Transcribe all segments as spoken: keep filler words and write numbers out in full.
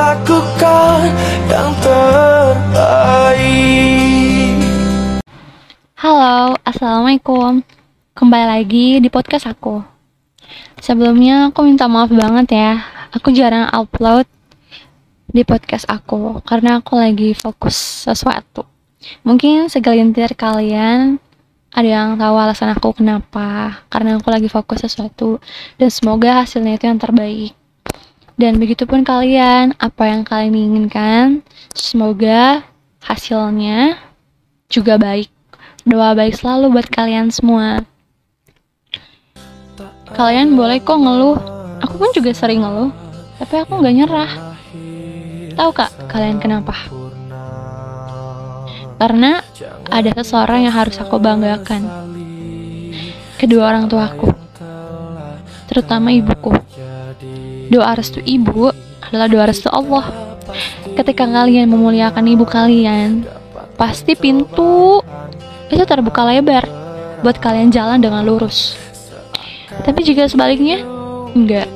lakukan yang terbaik. Halo, assalamualaikum. Kembali lagi di podcast aku. Sebelumnya aku minta maaf banget ya, aku jarang upload di podcast aku karena aku lagi fokus sesuatu. Mungkin segelintir kalian ada yang tahu alasan aku kenapa, karena aku lagi fokus sesuatu, dan semoga hasilnya itu yang terbaik. Dan begitupun kalian, apa yang kalian inginkan, semoga hasilnya juga baik. Doa baik selalu buat kalian semua. Kalian boleh kok ngeluh, aku pun juga sering ngeluh, tapi aku gak nyerah. Tahu kak, kalian kenapa? Karena ada seseorang yang harus aku banggakan. Kedua orang tuaku, terutama ibuku. Doa restu ibu adalah doa restu Allah. Ketika kalian memuliakan ibu kalian, pasti pintu itu terbuka lebar buat kalian jalan dengan lurus. Tapi jika sebaliknya, enggak.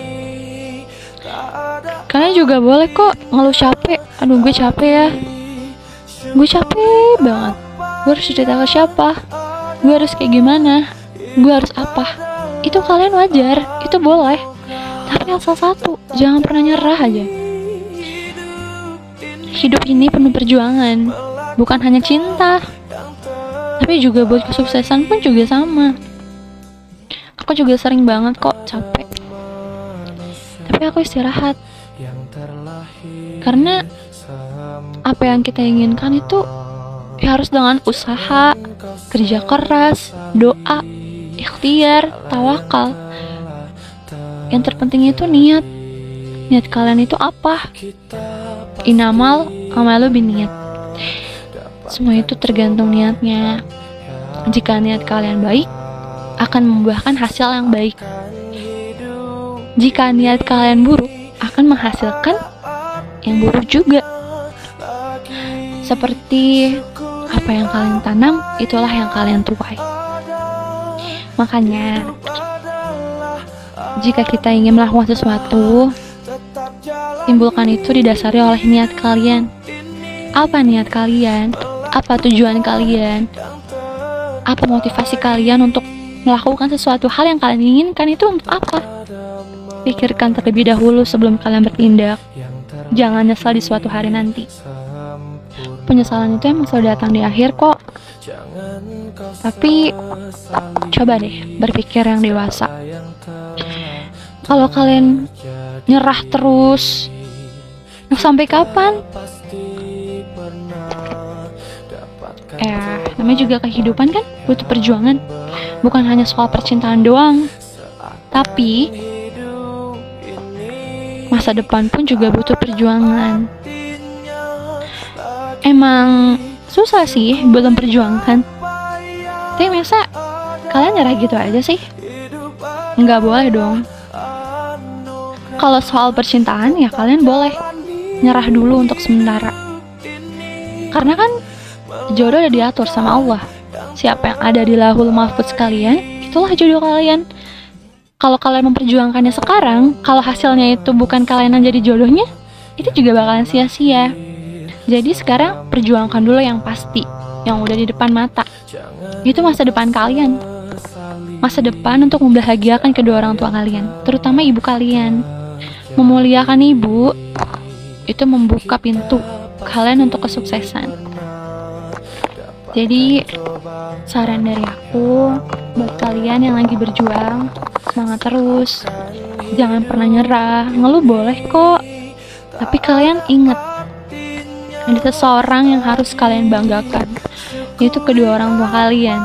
Kalian juga boleh kok ngeluh capek. Aduh gue capek ya, gue capek banget, gue harus cerita ke siapa, gue harus kayak gimana, gue harus apa. Itu kalian wajar, itu boleh. Tapi asal satu, jangan pernah nyerah aja. Hidup ini penuh perjuangan, bukan hanya cinta, tapi juga buat kesuksesan pun juga sama. Aku juga sering banget kok capek, tapi aku istirahat. Karena apa yang kita inginkan itu ya harus dengan usaha, kerja keras, doa, ikhtiar, tawakal. Yang terpenting itu niat. Niat kalian itu apa? Inamal amalu binniat. Semua itu tergantung niatnya. Jika niat kalian baik, akan membuahkan hasil yang baik. Jika niat kalian buruk, akan menghasilkan yang buruk juga. Seperti apa yang kalian tanam, itulah yang kalian tuai. Makanya, jika kita ingin melakukan sesuatu, timbulkan itu didasari oleh niat kalian. Apa niat kalian? Apa tujuan kalian? Apa motivasi kalian untuk melakukan sesuatu hal yang kalian inginkan itu untuk apa? Pikirkan terlebih dahulu sebelum kalian bertindak. Jangan nyesal di suatu hari nanti. Penyesalan itu emang selalu datang di akhir kok. Tapi coba deh berpikir yang dewasa. Kalau kalian nyerah terus, mau sampai kapan? Eh, namanya juga kehidupan kan butuh perjuangan. Bukan hanya soal percintaan doang, tapi masa depan pun juga butuh perjuangan. Emang susah sih belum perjuangkan, tapi masa kalian nyerah gitu aja sih? Nggak boleh dong. Kalau soal percintaan ya kalian boleh nyerah dulu untuk sementara. Karena kan jodoh udah diatur sama Allah. Siapa yang ada di lahul mahfuz kalian, itulah jodoh kalian. Kalau kalian memperjuangkannya sekarang, kalau hasilnya itu bukan kalian yang jadi jodohnya, itu juga bakalan sia-sia. Jadi sekarang perjuangkan dulu yang pasti, yang udah di depan mata. Itu masa depan kalian. Masa depan untuk membahagiakan kedua orang tua kalian, terutama ibu kalian. Memuliakan ibu, itu membuka pintu kalian untuk kesuksesan. Jadi saran dari aku buat kalian yang lagi berjuang, semangat terus, jangan pernah nyerah. Ngeluh boleh kok, tapi kalian ingat ada seseorang yang harus kalian banggakan, yaitu kedua orang tua kalian.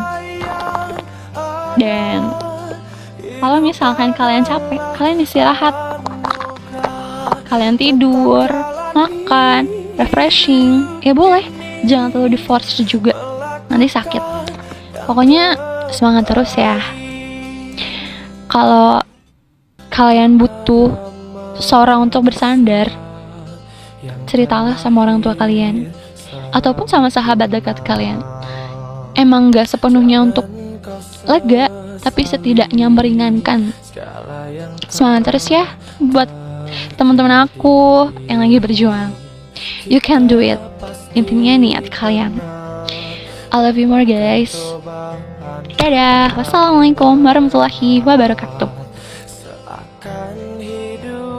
Dan kalau misalkan kalian capek, kalian istirahat, kalian tidur, makan, refreshing, ya boleh, jangan terlalu di force juga, nanti sakit. Pokoknya semangat terus ya. Kalau kalian butuh seseorang untuk bersandar, ceritalah sama orang tua kalian ataupun sama sahabat dekat kalian. Emang gak sepenuhnya untuk lega, tapi setidaknya meringankan. Semangat terus ya buat teman-teman aku yang lagi berjuang. You can do it. Intinya niat kalian. I love you more guys. Dadah. Wassalamualaikum warahmatullahi wabarakatuh.